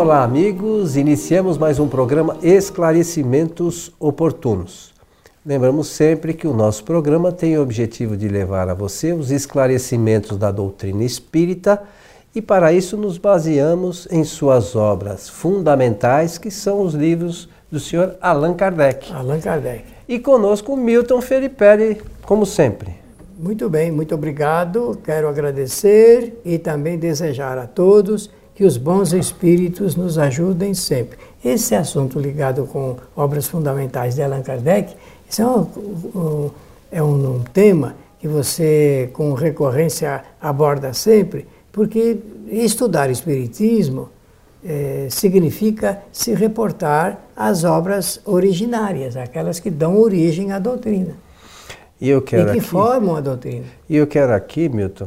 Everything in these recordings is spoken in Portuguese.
Olá, amigos. Iniciamos mais um programa Esclarecimentos Oportunos. Lembramos sempre que o nosso programa tem o objetivo de levar a você os esclarecimentos da doutrina espírita e para isso nos baseamos em suas obras fundamentais, que são os livros do senhor Allan Kardec. Allan Kardec. E conosco Milton Felipe, como sempre. Muito bem, muito obrigado. Quero agradecer e também desejar a todos que os bons espíritos nos ajudem sempre. Esse assunto ligado com obras fundamentais de Allan Kardec, isso é um tema que você, com recorrência, aborda sempre, porque estudar espiritismo significa se reportar às obras originárias, aquelas que dão origem à doutrina. E que formam a doutrina. E eu quero aqui, Milton,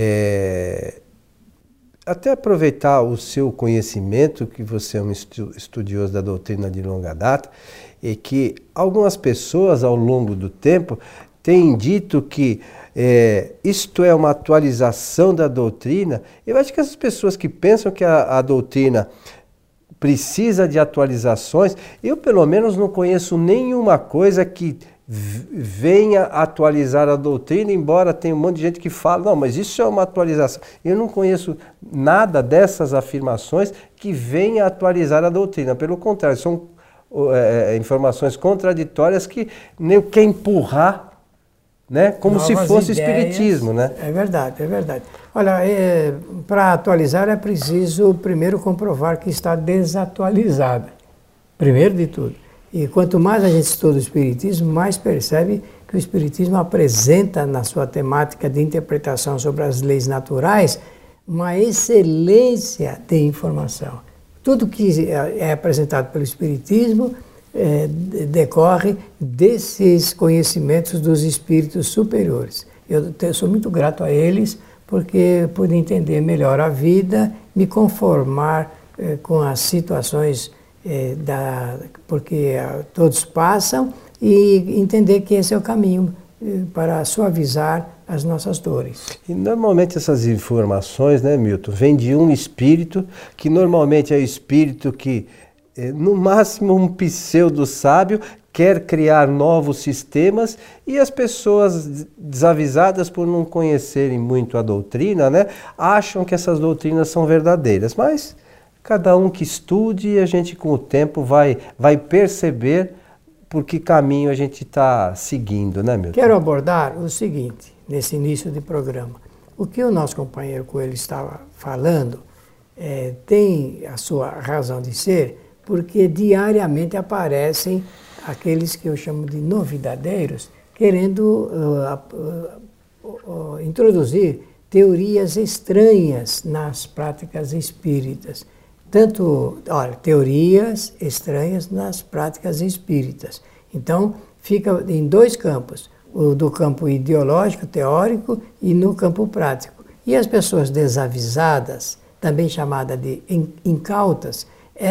até aproveitar o seu conhecimento, que você é um estudioso da doutrina de longa data, e que algumas pessoas ao longo do tempo têm dito que isto é uma atualização da doutrina. Eu acho que essas pessoas que pensam que a doutrina precisa de atualizações, eu pelo menos não conheço nenhuma coisa que venha atualizar a doutrina, embora tenha um monte de gente que fala, não, mas isso é uma atualização. Eu não conheço nada dessas afirmações que venha atualizar a doutrina. Pelo contrário, são informações contraditórias que nem quer empurrar, né, como novas se fosse ideias, espiritismo, né? É verdade, é verdade. Olha, para atualizar é preciso primeiro comprovar que está desatualizada, primeiro de tudo. E quanto mais a gente estuda o Espiritismo, mais percebe que o Espiritismo apresenta na sua temática de interpretação sobre as leis naturais uma excelência de informação. Tudo que é apresentado pelo Espiritismo decorre desses conhecimentos dos espíritos superiores. Eu sou muito grato a eles porque pude entender melhor a vida, me conformar com as situações porque todos passam e entender que esse é o caminho para suavizar as nossas dores. E normalmente essas informações, né, Milton, vêm de um espírito, que normalmente é o espírito que, no máximo um pseudo-sábio, quer criar novos sistemas, e as pessoas desavisadas por não conhecerem muito a doutrina, né, acham que essas doutrinas são verdadeiras, mas cada um que estude e a gente com o tempo vai perceber por que caminho a gente está seguindo, né, Milton? Quero abordar o seguinte, nesse início de programa. O que o nosso companheiro Coelho estava falando tem a sua razão de ser, porque diariamente aparecem aqueles que eu chamo de novidadeiros, querendo introduzir teorias estranhas nas práticas espíritas. Teorias estranhas nas práticas espíritas. Então, fica em dois campos, o do campo ideológico, teórico, e no campo prático. E as pessoas desavisadas, também chamadas de incautas,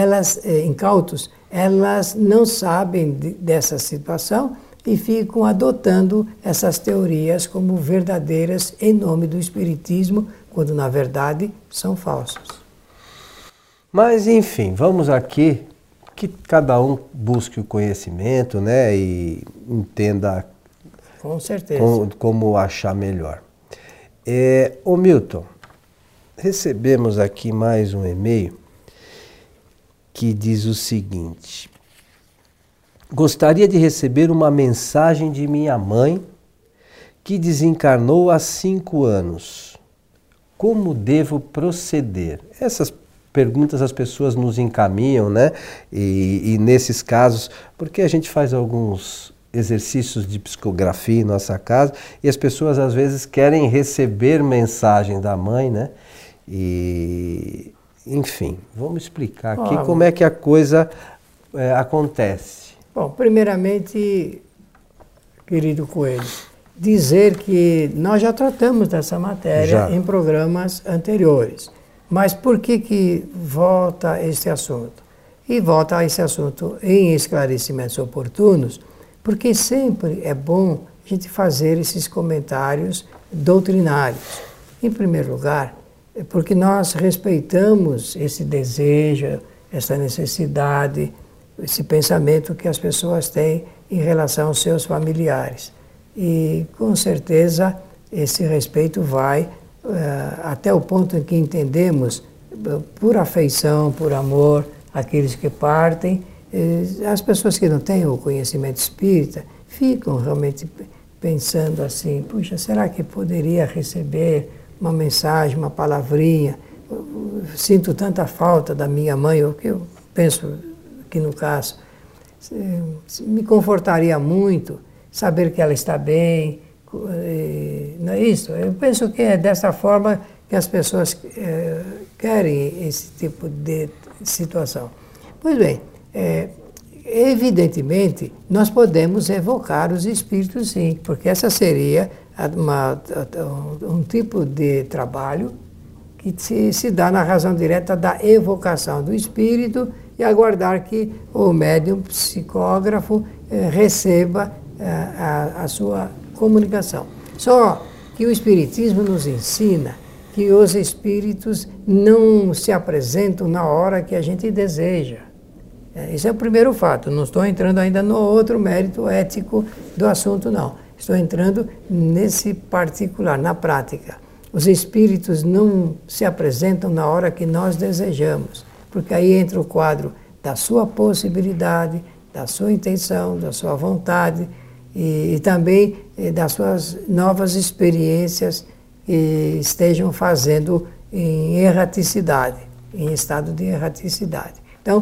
elas não sabem dessa situação e ficam adotando essas teorias como verdadeiras em nome do espiritismo, quando na verdade são falsas. Mas, enfim, vamos aqui, que cada um busque o conhecimento, né, e entenda com certeza como achar melhor. Ô Milton, recebemos aqui mais um e-mail que diz o seguinte: gostaria de receber uma mensagem de minha mãe que desencarnou há 5 anos. Como devo proceder? Essas perguntas as pessoas nos encaminham, né? E nesses casos, porque a gente faz alguns exercícios de psicografia em nossa casa e as pessoas às vezes querem receber mensagem da mãe, né? E, enfim, vamos explicar aqui como é que a coisa acontece. Bom, primeiramente, querido Coelho, dizer que nós já tratamos dessa matéria em programas anteriores. Mas por que volta esse assunto? E volta a esse assunto em esclarecimentos oportunos, porque sempre é bom a gente fazer esses comentários doutrinários. Em primeiro lugar, porque nós respeitamos esse desejo, essa necessidade, esse pensamento que as pessoas têm em relação aos seus familiares. E, com certeza, esse respeito vai até o ponto em que entendemos, por afeição, por amor, aqueles que partem. As pessoas que não têm o conhecimento espírita ficam realmente pensando assim, puxa, será que poderia receber uma mensagem, uma palavrinha? Eu sinto tanta falta da minha mãe, o que eu penso que no caso, me confortaria muito saber que ela está bem, não é isso? Eu penso que é dessa forma que as pessoas querem esse tipo de situação. Pois bem, evidentemente, nós podemos evocar os espíritos, sim, porque essa seria um tipo de trabalho que se dá na razão direta da evocação do espírito e aguardar que o médium psicógrafo receba a sua comunicação. Só que o Espiritismo nos ensina que os espíritos não se apresentam na hora que a gente deseja. Esse é o primeiro fato. Não estou entrando ainda no outro mérito ético do assunto, não. Estou entrando nesse particular, na prática. Os espíritos não se apresentam na hora que nós desejamos, porque aí entra o quadro da sua possibilidade, da sua intenção, da sua vontade e também das suas novas experiências que estejam fazendo em erraticidade, em estado de erraticidade. Então,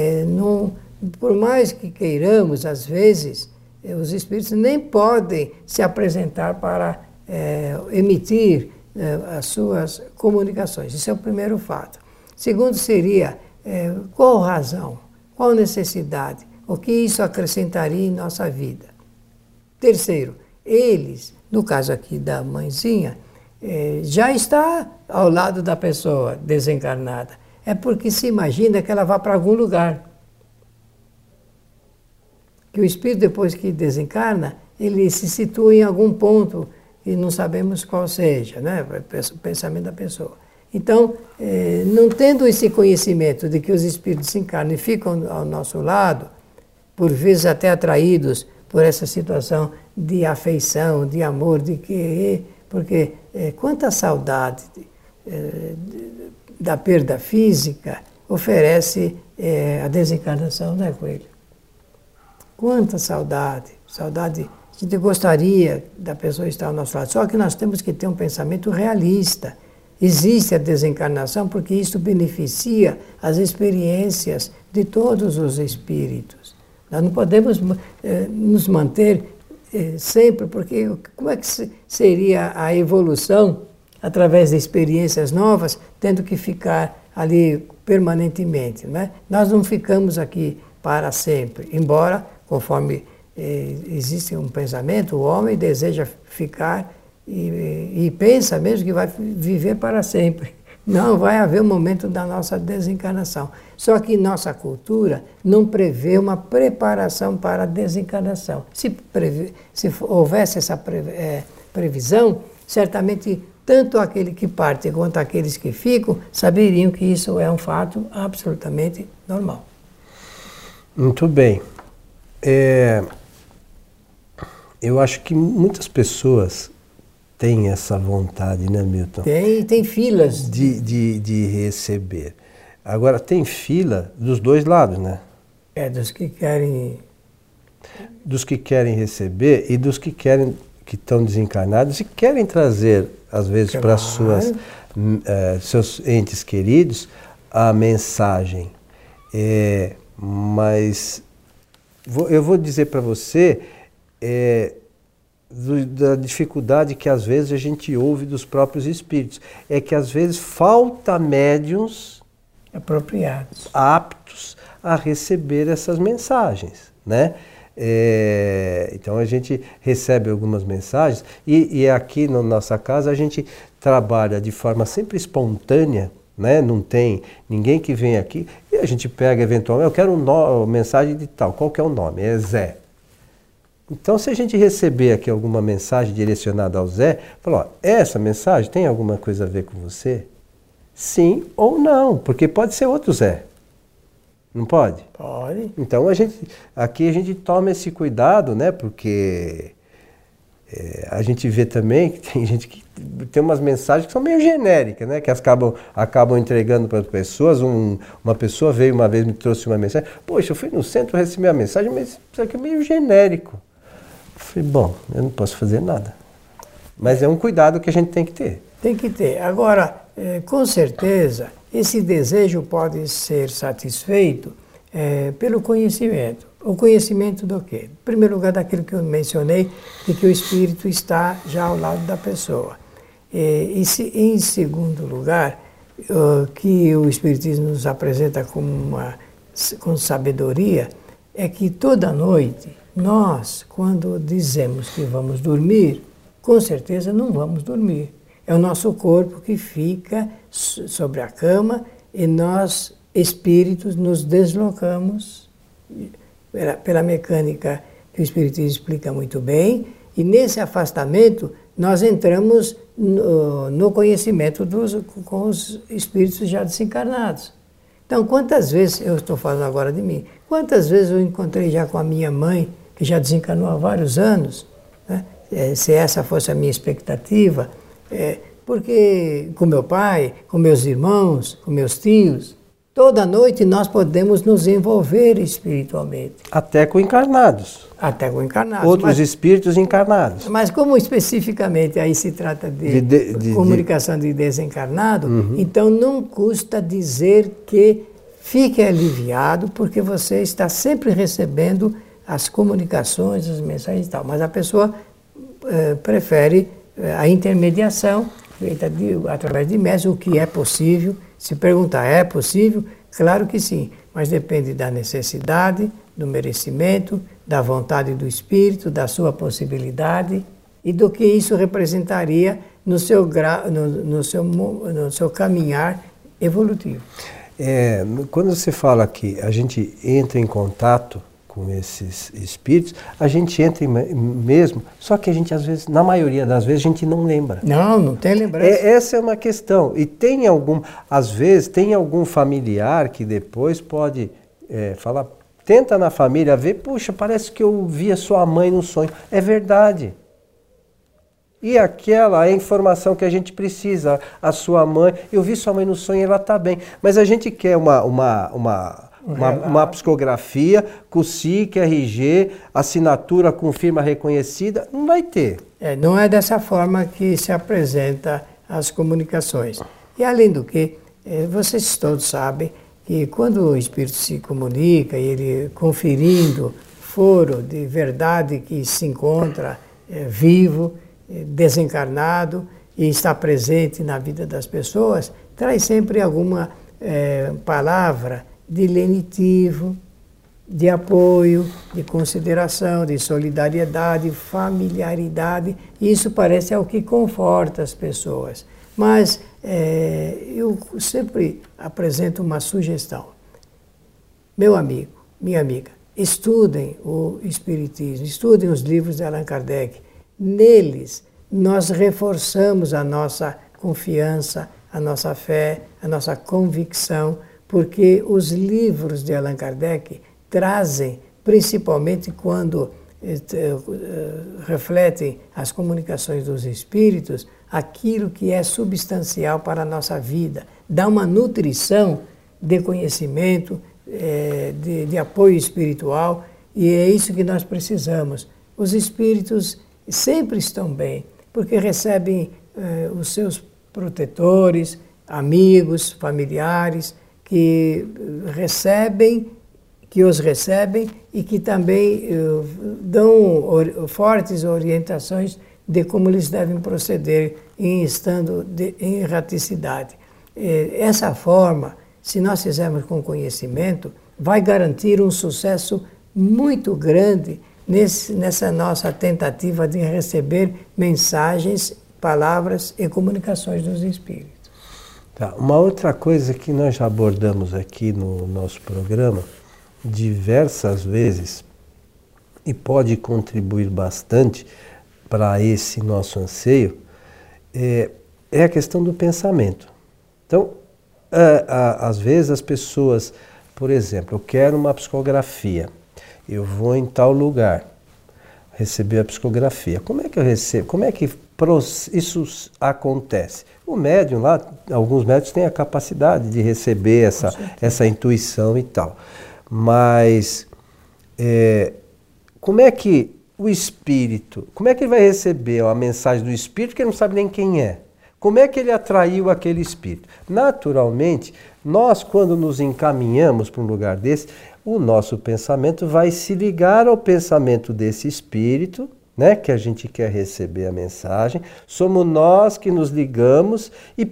por mais que queiramos, às vezes, os espíritos nem podem se apresentar para emitir as suas comunicações. Isso é o primeiro fato. Segundo seria, qual razão, qual necessidade, o que isso acrescentaria em nossa vida. Terceiro, eles, no caso aqui da mãezinha, já está ao lado da pessoa desencarnada. É porque se imagina que ela vá para algum lugar. Que o espírito, depois que desencarna, ele se situa em algum ponto e não sabemos qual seja, né? O pensamento da pessoa. Então, não tendo esse conhecimento de que os espíritos se encarnam e ficam ao nosso lado, por vezes até atraídos por essa situação de afeição, de amor, de querer, porque quanta saudade da perda física oferece a desencarnação, né, Coelho? Quanta saudade, a gente gostaria da pessoa estar ao nosso lado, só que nós temos que ter um pensamento realista. Existe a desencarnação porque isso beneficia as experiências de todos os espíritos. Nós não podemos nos manter sempre, porque como é que seria a evolução através de experiências novas, tendo que ficar ali permanentemente, né? Nós não ficamos aqui para sempre, embora, conforme existe um pensamento, o homem deseja ficar e pensa mesmo que vai viver para sempre. Não, vai haver um momento da nossa desencarnação. Só que nossa cultura não prevê uma preparação para a desencarnação. Se houvesse essa previsão, certamente tanto aquele que parte quanto aqueles que ficam saberiam que isso é um fato absolutamente normal. Muito bem. Eu acho que muitas pessoas têm essa vontade, né, Milton? Tem filas. De receber. Agora, tem fila dos dois lados, né? Dos que querem... Dos que querem receber e dos que estão desencarnados e querem trazer, às vezes, para seus entes queridos, a mensagem. Mas eu vou dizer para você da dificuldade que às vezes a gente ouve dos próprios espíritos. É que às vezes falta médiuns apropriados, aptos a receber essas mensagens, né? Então a gente recebe algumas mensagens e aqui na nossa casa a gente trabalha de forma sempre espontânea, né? Não tem ninguém que vem aqui e a gente pega eventualmente, eu quero uma mensagem de tal, qual que é o nome? É Zé. Então, se a gente receber aqui alguma mensagem direcionada ao Zé, falar, essa mensagem tem alguma coisa a ver com você? sim ou não, porque pode ser outro Zé. Não pode? Pode. Então aqui a gente toma esse cuidado, né? Porque a gente vê também que tem gente que tem umas mensagens que são meio genéricas, né? Que acabam entregando para as pessoas. Uma pessoa veio uma vez, me trouxe uma mensagem. Poxa, eu fui no centro, recebi a mensagem, mas isso aqui é meio genérico. Eu falei, bom, eu não posso fazer nada. Mas é um cuidado que a gente tem que ter. Tem que ter. Agora, com certeza, esse desejo pode ser satisfeito pelo conhecimento. O conhecimento do quê? Em primeiro lugar, daquilo que eu mencionei, de que o espírito está já ao lado da pessoa. Em segundo lugar, que o espiritismo nos apresenta com sabedoria, é que toda noite, nós, quando dizemos que vamos dormir, com certeza não vamos dormir. É o nosso corpo que fica sobre a cama e nós, espíritos, nos deslocamos pela mecânica que o Espiritismo explica muito bem, e nesse afastamento nós entramos no conhecimento com os espíritos já desencarnados. Então, quantas vezes, eu estou falando agora de mim, quantas vezes eu encontrei já com a minha mãe, que já desencarnou há vários anos, né? Se essa fosse a minha expectativa, porque com meu pai, com meus irmãos, com meus tios, toda noite nós podemos nos envolver espiritualmente. Até com encarnados. Até com encarnados. Outros espíritos encarnados. Mas como especificamente aí se trata de comunicação de desencarnado, então não custa dizer que fique aliviado, porque você está sempre recebendo as comunicações, as mensagens e tal. Mas a pessoa prefere a intermediação feita através de médiuns, o que é possível. Se perguntar, é possível? Claro que sim, mas depende da necessidade, do merecimento, da vontade do espírito, da sua possibilidade e do que isso representaria no seu caminhar evolutivo. Quando você fala que a gente entra em contato com esses espíritos, a gente entra mesmo, só que a gente às vezes, na maioria das vezes, a gente não lembra. Não tem lembrança. Essa é uma questão. E às vezes, tem algum familiar que depois pode falar, tenta na família ver, puxa, parece que eu vi a sua mãe no sonho. É verdade. E aquela é a informação que a gente precisa. A sua mãe, eu vi sua mãe no sonho, ela está bem. Mas a gente quer uma psicografia com SIC, RG, assinatura com firma reconhecida, não vai ter. Não é dessa forma que se apresenta as comunicações. E além do que, vocês todos sabem que quando o espírito se comunica, ele conferindo foro de verdade que se encontra vivo, desencarnado e está presente na vida das pessoas, traz sempre alguma palavra de lenitivo, de apoio, de consideração, de solidariedade, familiaridade. Isso parece o que conforta as pessoas. Mas eu sempre apresento uma sugestão. Meu amigo, minha amiga, estudem o Espiritismo, estudem os livros de Allan Kardec. Neles, nós reforçamos a nossa confiança, a nossa fé, a nossa convicção, porque os livros de Allan Kardec trazem, principalmente quando refletem as comunicações dos espíritos, aquilo que é substancial para a nossa vida. Dá uma nutrição de conhecimento, de apoio espiritual, e é isso que nós precisamos. Os espíritos sempre estão bem, porque recebem os seus protetores, amigos, familiares, que os recebem e que também dão fortes orientações de como eles devem proceder em estando em erraticidade. Essa forma, se nós fizermos com conhecimento, vai garantir um sucesso muito grande nessa nossa tentativa de receber mensagens, palavras e comunicações dos espíritos. Tá. Uma outra coisa que nós já abordamos aqui no nosso programa diversas vezes e pode contribuir bastante para esse nosso anseio é a questão do pensamento. Então, às vezes as pessoas, por exemplo, eu quero uma psicografia, eu vou em tal lugar receber a psicografia. Como é que eu recebo? Como é que isso acontece? O médium lá, alguns médiums têm a capacidade de receber essa intuição e tal. Mas como é que o espírito, como é que ele vai receber a mensagem do espírito que ele não sabe nem quem é? Como é que ele atraiu aquele espírito? Naturalmente, nós quando nos encaminhamos para um lugar desse, o nosso pensamento vai se ligar ao pensamento desse espírito, né, que a gente quer receber a mensagem. Somos nós que nos ligamos e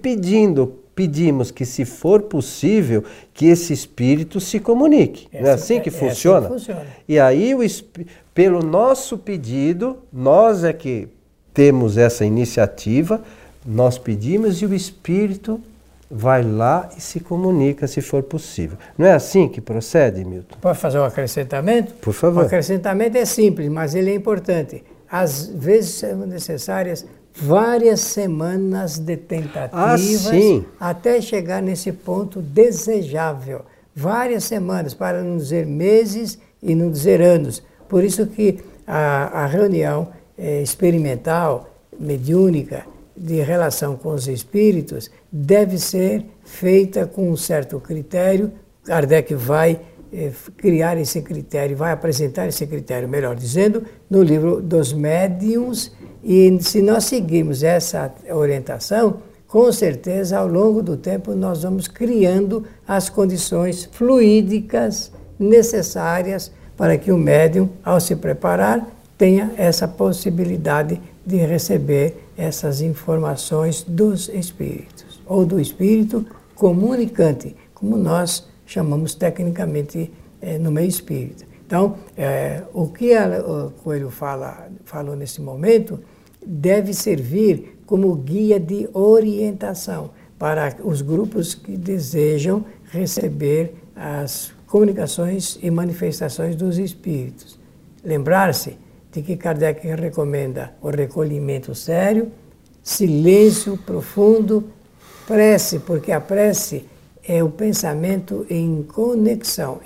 pedimos que, se for possível, que esse espírito se comunique. Não é assim que funciona? Assim que funciona. E aí, pelo nosso pedido, nós é que temos essa iniciativa, nós pedimos e o espírito vai lá e se comunica, se for possível. Não é assim que procede, Milton? Pode fazer um acrescentamento? Por favor. O acrescentamento é simples, mas ele é importante. Às vezes são necessárias várias semanas de tentativas até chegar nesse ponto desejável. Várias semanas, para não dizer meses e não dizer anos. Por isso que a reunião experimental, mediúnica, de relação com os espíritos, deve ser feita com um certo critério. Kardec vai criar esse critério, vai apresentar esse critério, melhor dizendo, no livro dos médiuns, e se nós seguirmos essa orientação, com certeza, ao longo do tempo, nós vamos criando as condições fluídicas necessárias para que o médium, ao se preparar, tenha essa possibilidade de receber essas informações dos espíritos, ou do espírito comunicante, como nós chamamos tecnicamente no meio espírita. Então, o que o Coelho falou nesse momento deve servir como guia de orientação para os grupos que desejam receber as comunicações e manifestações dos espíritos. Lembrar-se de que Kardec recomenda o recolhimento sério, silêncio profundo, prece, porque a prece é o pensamento em conexão,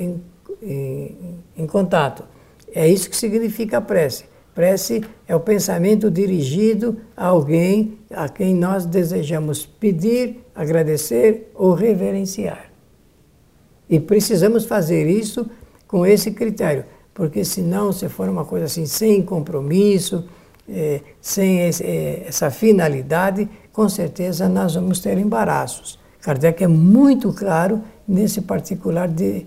em contato. É isso que significa a prece. Prece é o pensamento dirigido a alguém a quem nós desejamos pedir, agradecer ou reverenciar. E precisamos fazer isso com esse critério, porque senão, se for uma coisa assim, sem compromisso, sem essa finalidade, com certeza nós vamos ter embaraços. Kardec é muito claro nesse particular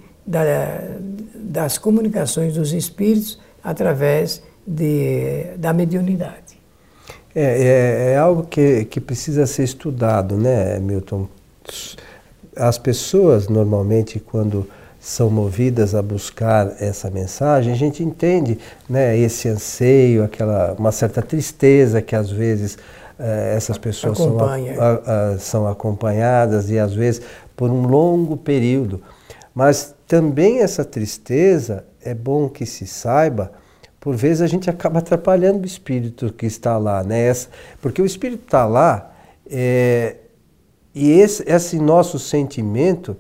das comunicações dos espíritos através da mediunidade. É algo que precisa ser estudado, né, Milton? As pessoas, normalmente, quando são movidas a buscar essa mensagem, a gente entende, né, esse anseio, uma certa tristeza que às vezes essas pessoas são acompanhadas e às vezes por um longo período. Mas também essa tristeza, é bom que se saiba, por vezes a gente acaba atrapalhando o espírito que está lá, né? Porque o espírito está lá e esse nosso sentimento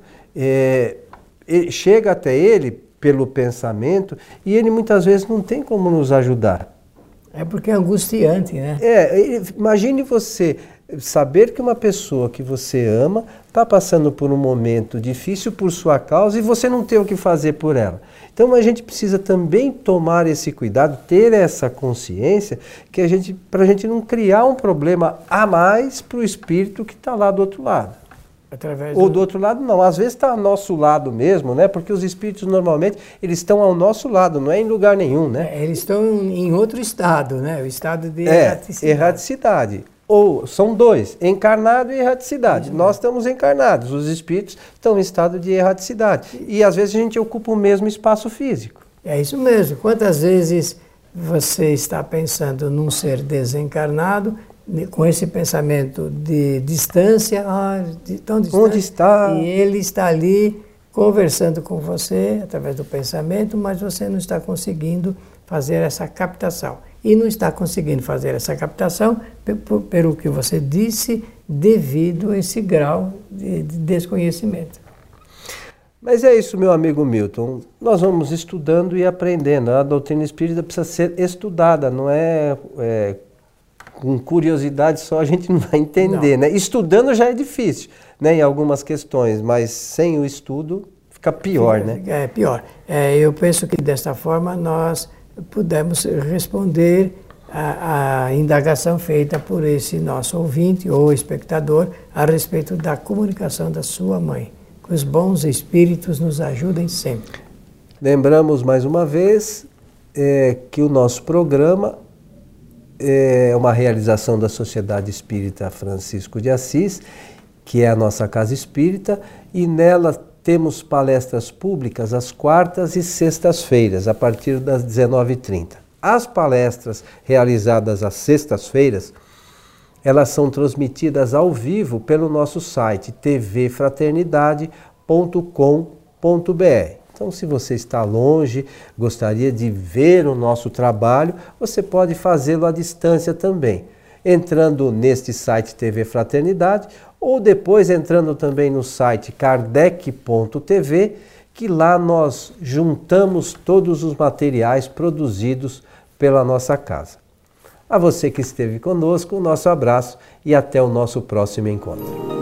chega até ele pelo pensamento e ele muitas vezes não tem como nos ajudar. É porque é angustiante, né? Imagine você saber que uma pessoa que você ama está passando por um momento difícil por sua causa e você não tem o que fazer por ela. Então a gente precisa também tomar esse cuidado, ter essa consciência, para a gente não criar um problema a mais para o espírito que está lá do outro lado. Ou do outro lado não, às vezes está ao nosso lado mesmo, né? Porque os espíritos normalmente eles estão ao nosso lado, não é em lugar nenhum, né? Eles estão em outro estado, né? O estado de erraticidade. Ou são dois, encarnado e erraticidade. Nós estamos encarnados, os espíritos estão em estado de erraticidade. E às vezes a gente ocupa o mesmo espaço físico. É isso mesmo. Quantas vezes você está pensando num ser desencarnado, com esse pensamento de distância, tão distante, onde está? E ele está ali conversando com você através do pensamento, mas você não está conseguindo fazer essa captação. E não está conseguindo fazer essa captação pelo que você disse, devido a esse grau de desconhecimento. Mas é isso, meu amigo Milton. Nós vamos estudando e aprendendo. A doutrina espírita precisa ser estudada, não é, com curiosidade só a gente não vai entender, né? Estudando já é difícil, né, em algumas questões, mas sem o estudo fica pior, né? É pior. Eu penso que desta forma nós pudemos responder a indagação feita por esse nosso ouvinte ou espectador a respeito da comunicação da sua mãe. Que os bons espíritos nos ajudem sempre. Lembramos mais uma vez que o nosso programa é uma realização da Sociedade Espírita Francisco de Assis, que é a nossa casa espírita, e nela temos palestras públicas às quartas e sextas-feiras, a partir das 19h30. As palestras realizadas às sextas-feiras, elas são transmitidas ao vivo pelo nosso site tvfraternidade.com.br. Então, se você está longe, gostaria de ver o nosso trabalho, você pode fazê-lo à distância também, entrando neste site TV Fraternidade ou depois entrando também no site kardec.tv, que lá nós juntamos todos os materiais produzidos pela nossa casa. A você que esteve conosco, o nosso abraço e até o nosso próximo encontro.